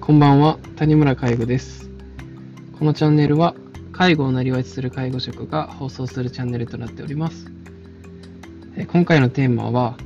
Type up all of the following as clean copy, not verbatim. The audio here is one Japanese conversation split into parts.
こんばんは、谷村介護です。このチャンネルは介護をなりわいとする介護職が放送するチャンネルとなっております。今回のテーマは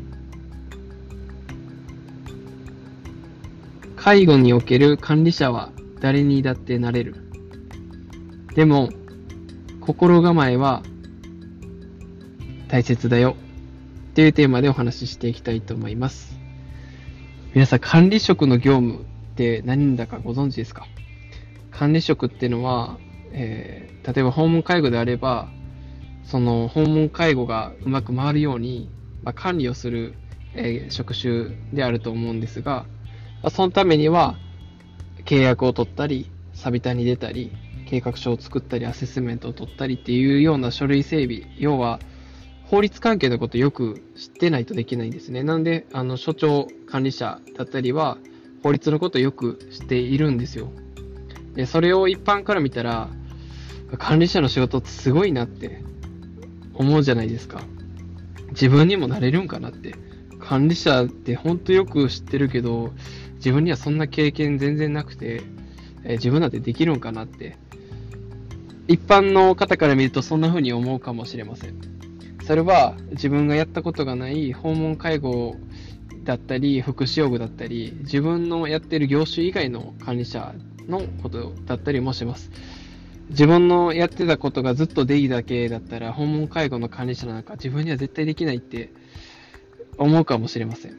介護における管理者は誰にだってなれる。でも心構えは大切だよっていうテーマでお話ししていきたいと思います。皆さん、管理職の業務って何だかご存知ですか？管理職っていうのは、例えば訪問介護であれば、その訪問介護がうまく回るように、管理をする、職種であると思うんですが、そのためには契約を取ったり、サビタに出たり、計画書を作ったり、アセスメントを取ったりっていうような書類整備、要は法律関係のことをよく知ってないとできないんですね。なので、所長、管理者だったりは法律のことをよく知っているんですよ。で、それを一般から見たら、管理者の仕事ってすごいなって思うじゃないですか。自分にもなれるんかなって。管理者って本当よく知ってるけど、自分にはそんな経験全然なくて、自分だってできるんかなって。一般の方から見るとそんな風に思うかもしれません。それは自分がやったことがない訪問介護だったり、福祉用具だったり、自分のやっている業種以外の管理者のことだったりもします。自分のやってたことがずっとデイだけだったら、訪問介護の管理者なんか自分には絶対できないって思うかもしれません。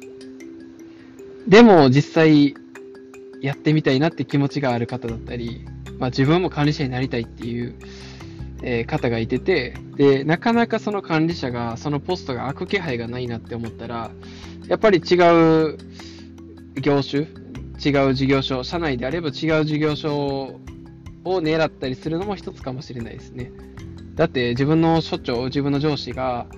でも実際やってみたいなって気持ちがある方だったり、自分も管理者になりたいっていう方がいてて、で、なかなかその管理者が、そのポストが空く気配がないなって思ったら、やっぱり違う業種、違う事業所、社内であれば違う事業所を狙ったりするのも一つかもしれないですね。だって自分の所長、自分の上司が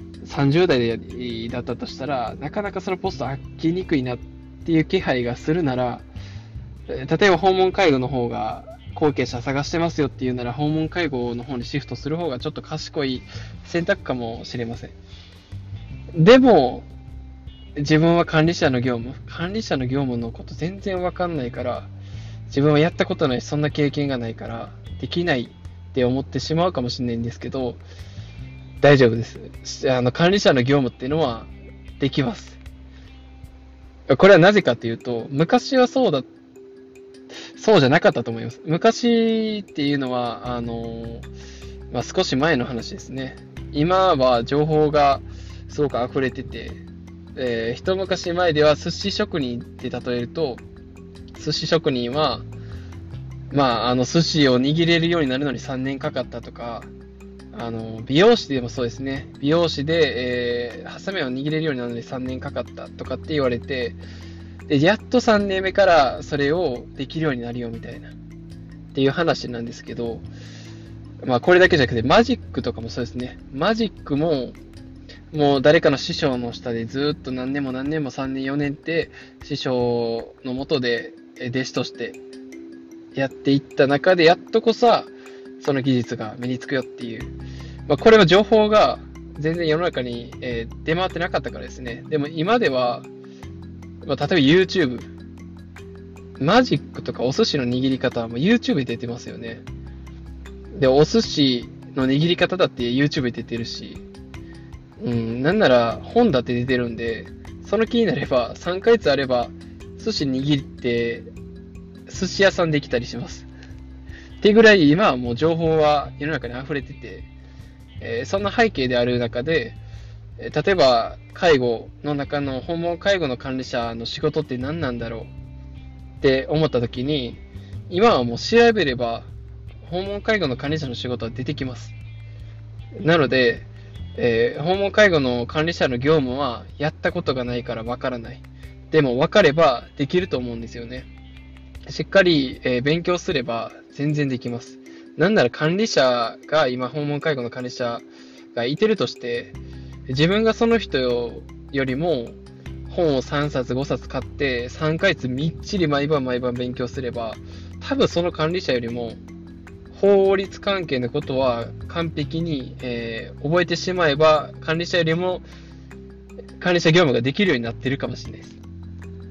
30代だったとしたら、なかなかそのポスト空きにくいなっていう気配がするなら、例えば訪問介護の方が後継者探してますよっていうなら、訪問介護の方にシフトする方がちょっと賢い選択かもしれません。でも自分は管理者の業務のこと全然わかんないから、自分はやったことないし、そんな経験がないからできないって思ってしまうかもしれないんですけど、大丈夫です。管理者の業務っていうのはできます。これはなぜかというと、昔はそうじゃなかったと思います。昔っていうのは、少し前の話ですね。今は情報がすごく溢れてて、一昔前では寿司職人って例えると、寿司職人は、寿司を握れるようになるのに3年かかったとか、美容師でもそうですね。美容師で、ハサミを握れるようになるのに3年かかったとかって言われて、で、やっと3年目からそれをできるようになるよみたいな、っていう話なんですけど、これだけじゃなくて、マジックとかもそうですね。マジックも、もう誰かの師匠の下でずっと何年も3年4年って師匠の下で弟子としてやっていった中で、やっとこそその技術が身につくよっていう、これは情報が全然世の中に出回ってなかったからですね。でも今では、例えば YouTube、マジックとかお寿司の握り方はもう YouTube で出てますよね。で、お寿司の握り方だって YouTube で出てるし、なんなら本だって出てるんで、その気になれば3ヶ月あれば寿司握って寿司屋さんできたりします。ってぐらい今はもう情報は世の中に溢れてて、そんな背景である中で、例えば介護の中の訪問介護の管理者の仕事って何なんだろうって思った時に、今はもう調べれば訪問介護の管理者の仕事は出てきます。なので、訪問介護の管理者の業務はやったことがないからわからない。でも分かればできると思うんですよね。しっかり、勉強すれば全然できます。なんなら管理者が今訪問介護の管理者がいてるとして、自分がその人よりも本を3冊5冊買って3ヶ月みっちり毎晩勉強すれば、多分その管理者よりも法律関係のことは完璧に、覚えてしまえば、管理者よりも管理者業務ができるようになってるかもしれないです。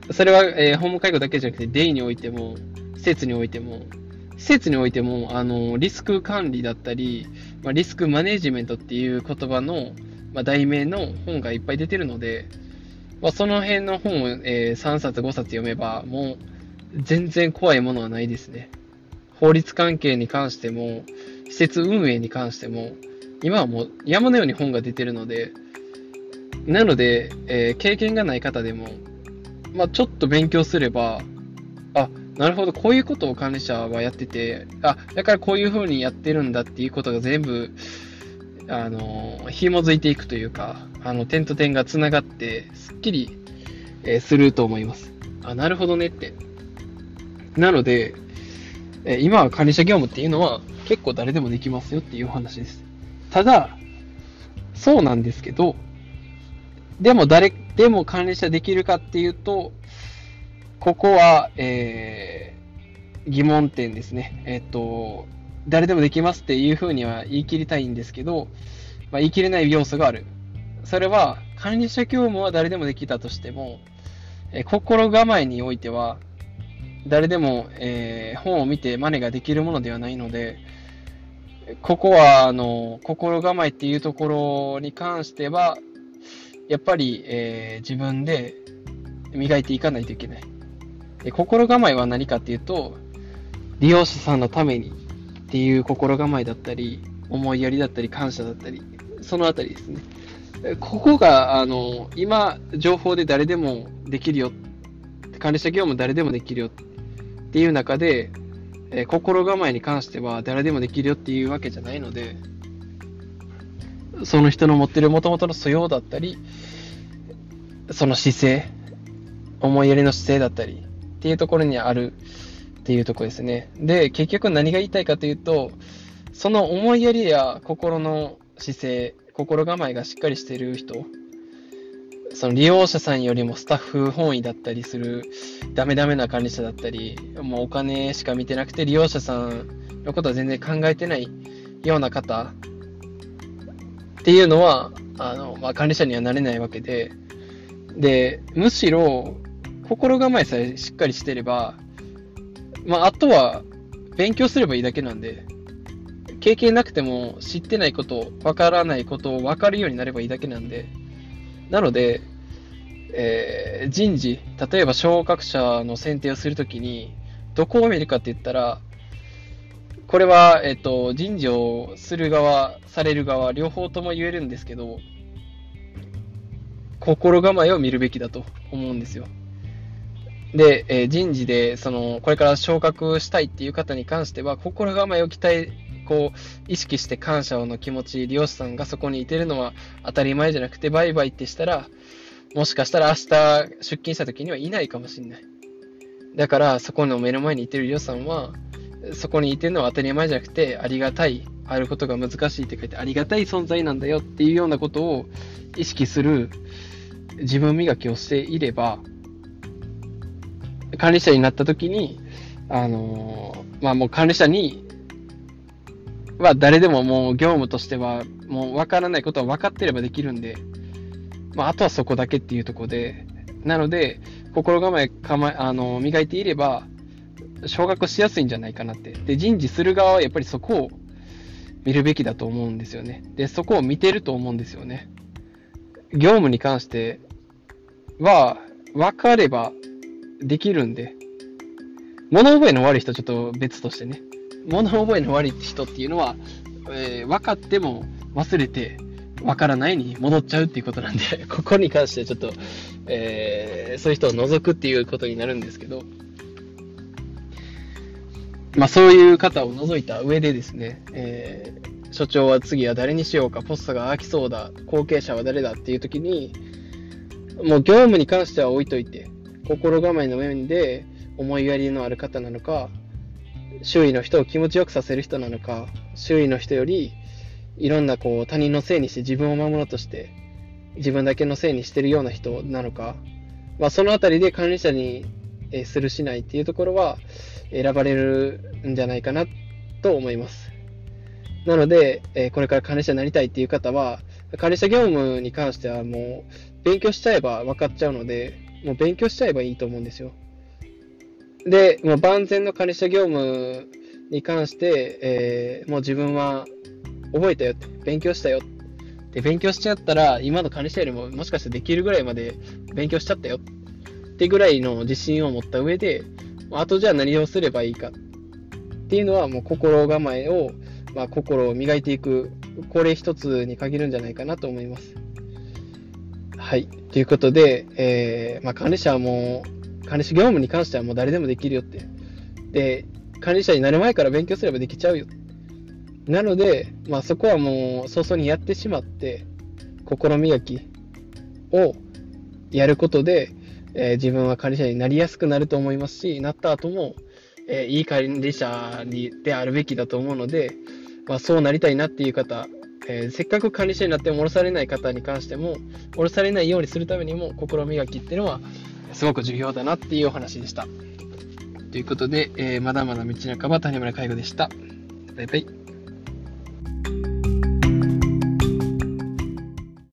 それは、訪問介護だけじゃなくて、デイにおいても、施設においても、リスク管理だったり、リスクマネジメントっていう言葉の、題名の本がいっぱい出てるので、その辺の本を、3冊5冊読めば、もう全然怖いものはないですね。法律関係に関しても、施設運営に関しても、今はもう山のように本が出てるので、なので、経験がない方でも、ちょっと勉強すれば、なるほど、こういうことを管理者はやってて、だからこういう風にやってるんだっていうことが全部、紐づいていくというか、点と点がつながって、すっきり、すると思います。なるほどねって。なので、今は管理者業務っていうのは結構誰でもできますよっていうお話です。ただ、そうなんですけど、でも誰でも管理者できるかっていうと、ここは、疑問点ですね。誰でもできますっていうふうには言い切りたいんですけど、言い切れない要素がある。それは、管理者業務は誰でもできたとしても、心構えにおいては、誰でも、本を見て真似ができるものではないので、ここは、心構えっていうところに関しては、やっぱり、自分で磨いていかないといけない。心構えは何かっていうと、利用者さんのためにっていう心構えだったり、思いやりだったり、感謝だったり、そのあたりですね。ここが、今、情報で誰でもできるよ。管理者業務誰でもできるよっていう中で、心構えに関しては誰でもできるよっていうわけじゃないので、その人の持ってる元々の素養だったり、その姿勢、思いやりの姿勢だったりっていうところにあるっていうところですね。で、結局何が言いたいかというと、その思いやりや心の姿勢、心構えがしっかりしている人、その利用者さんよりもスタッフ本位だったりするダメな管理者だったり、もうお金しか見てなくて利用者さんのことは全然考えてないような方っていうのは、管理者にはなれないわけで、むしろ心構えさえしっかりしてれば、あとは勉強すればいいだけなんで、経験なくても知ってないこと、わからないことを分かるようになればいいだけなんで、なので、人事、例えば昇格者の選定をするときに、どこを見るかって言ったら、これは、人事をする側、される側、両方とも言えるんですけど、心構えを見るべきだと思うんですよ。で、人事で、これから昇格したいっていう方に関しては、心構えを意識して感謝の気持ち、利用者さんがそこにいてるのは当たり前じゃなくて、バイバイってしたら、もしかしたら明日出勤した時にはいないかもしれない。だから、そこの目の前にいてる利用者さんは、そこにいてるのは当たり前じゃなくて、ありがたい、あることが難しいって書いて、ありがたい存在なんだよっていうようなことを意識する自分磨きをしていれば、管理者になった時に、もう管理者には誰でももう業務としてはもう分からないことは分かってればできるんで、あとはそこだけっていうところで、なので心構え磨いていれば昇格しやすいんじゃないかなって。で、人事する側はやっぱりそこを見るべきだと思うんですよね。で、そこを見てると思うんですよね。業務に関しては分かればできるんで、物覚えの悪い人はちょっと別としてね。物覚えの悪い人っていうのは、分かっても忘れて分からないに戻っちゃうっていうことなんで、ここに関してはちょっと、そういう人を除くっていうことになるんですけど、そういう方を除いた上でですね、所長は次は誰にしようか、ポストが空きそうだ、後継者は誰だっていう時に、もう業務に関しては置いといて、心構えの面で思いやりのある方なのか、周囲の人を気持ちよくさせる人なのか、周囲の人よりいろんな他人のせいにして自分を守ろうとして自分だけのせいにしてるような人なのか、そのあたりで管理者にするしないっていうところは選ばれるんじゃないかなと思います。なので、これから管理者になりたいっていう方は、管理者業務に関してはもう勉強しちゃえば分かっちゃうので、 もう勉強しちゃえばいいと思うんですよ。で、もう万全の管理者業務に関して、もう自分は覚えたよって、勉強したよって、勉強しちゃったら、今の管理者よりももしかしてできるぐらいまで勉強しちゃったよってぐらいの自信を持った上で、あとじゃあ何をすればいいかっていうのは、もう心構えを、心を磨いていく、これ一つに限るんじゃないかなと思います。はい。ということで、管理者はもう、管理者業務に関してはもう誰でもできるよって。で、管理者になる前から勉強すればできちゃうよ。なので、そこはもう早々にやってしまって、心磨きをやることで、自分は管理者になりやすくなると思いますし、なった後も、いい管理者であるべきだと思うので、そうなりたいなっていう方、せっかく管理者になっても降ろされない方に関しても、降ろされないようにするためにも心磨きっていうのはすごく重要だなっていうお話でした。ということで、まだまだ道半ば谷村介護でした。バイバイ。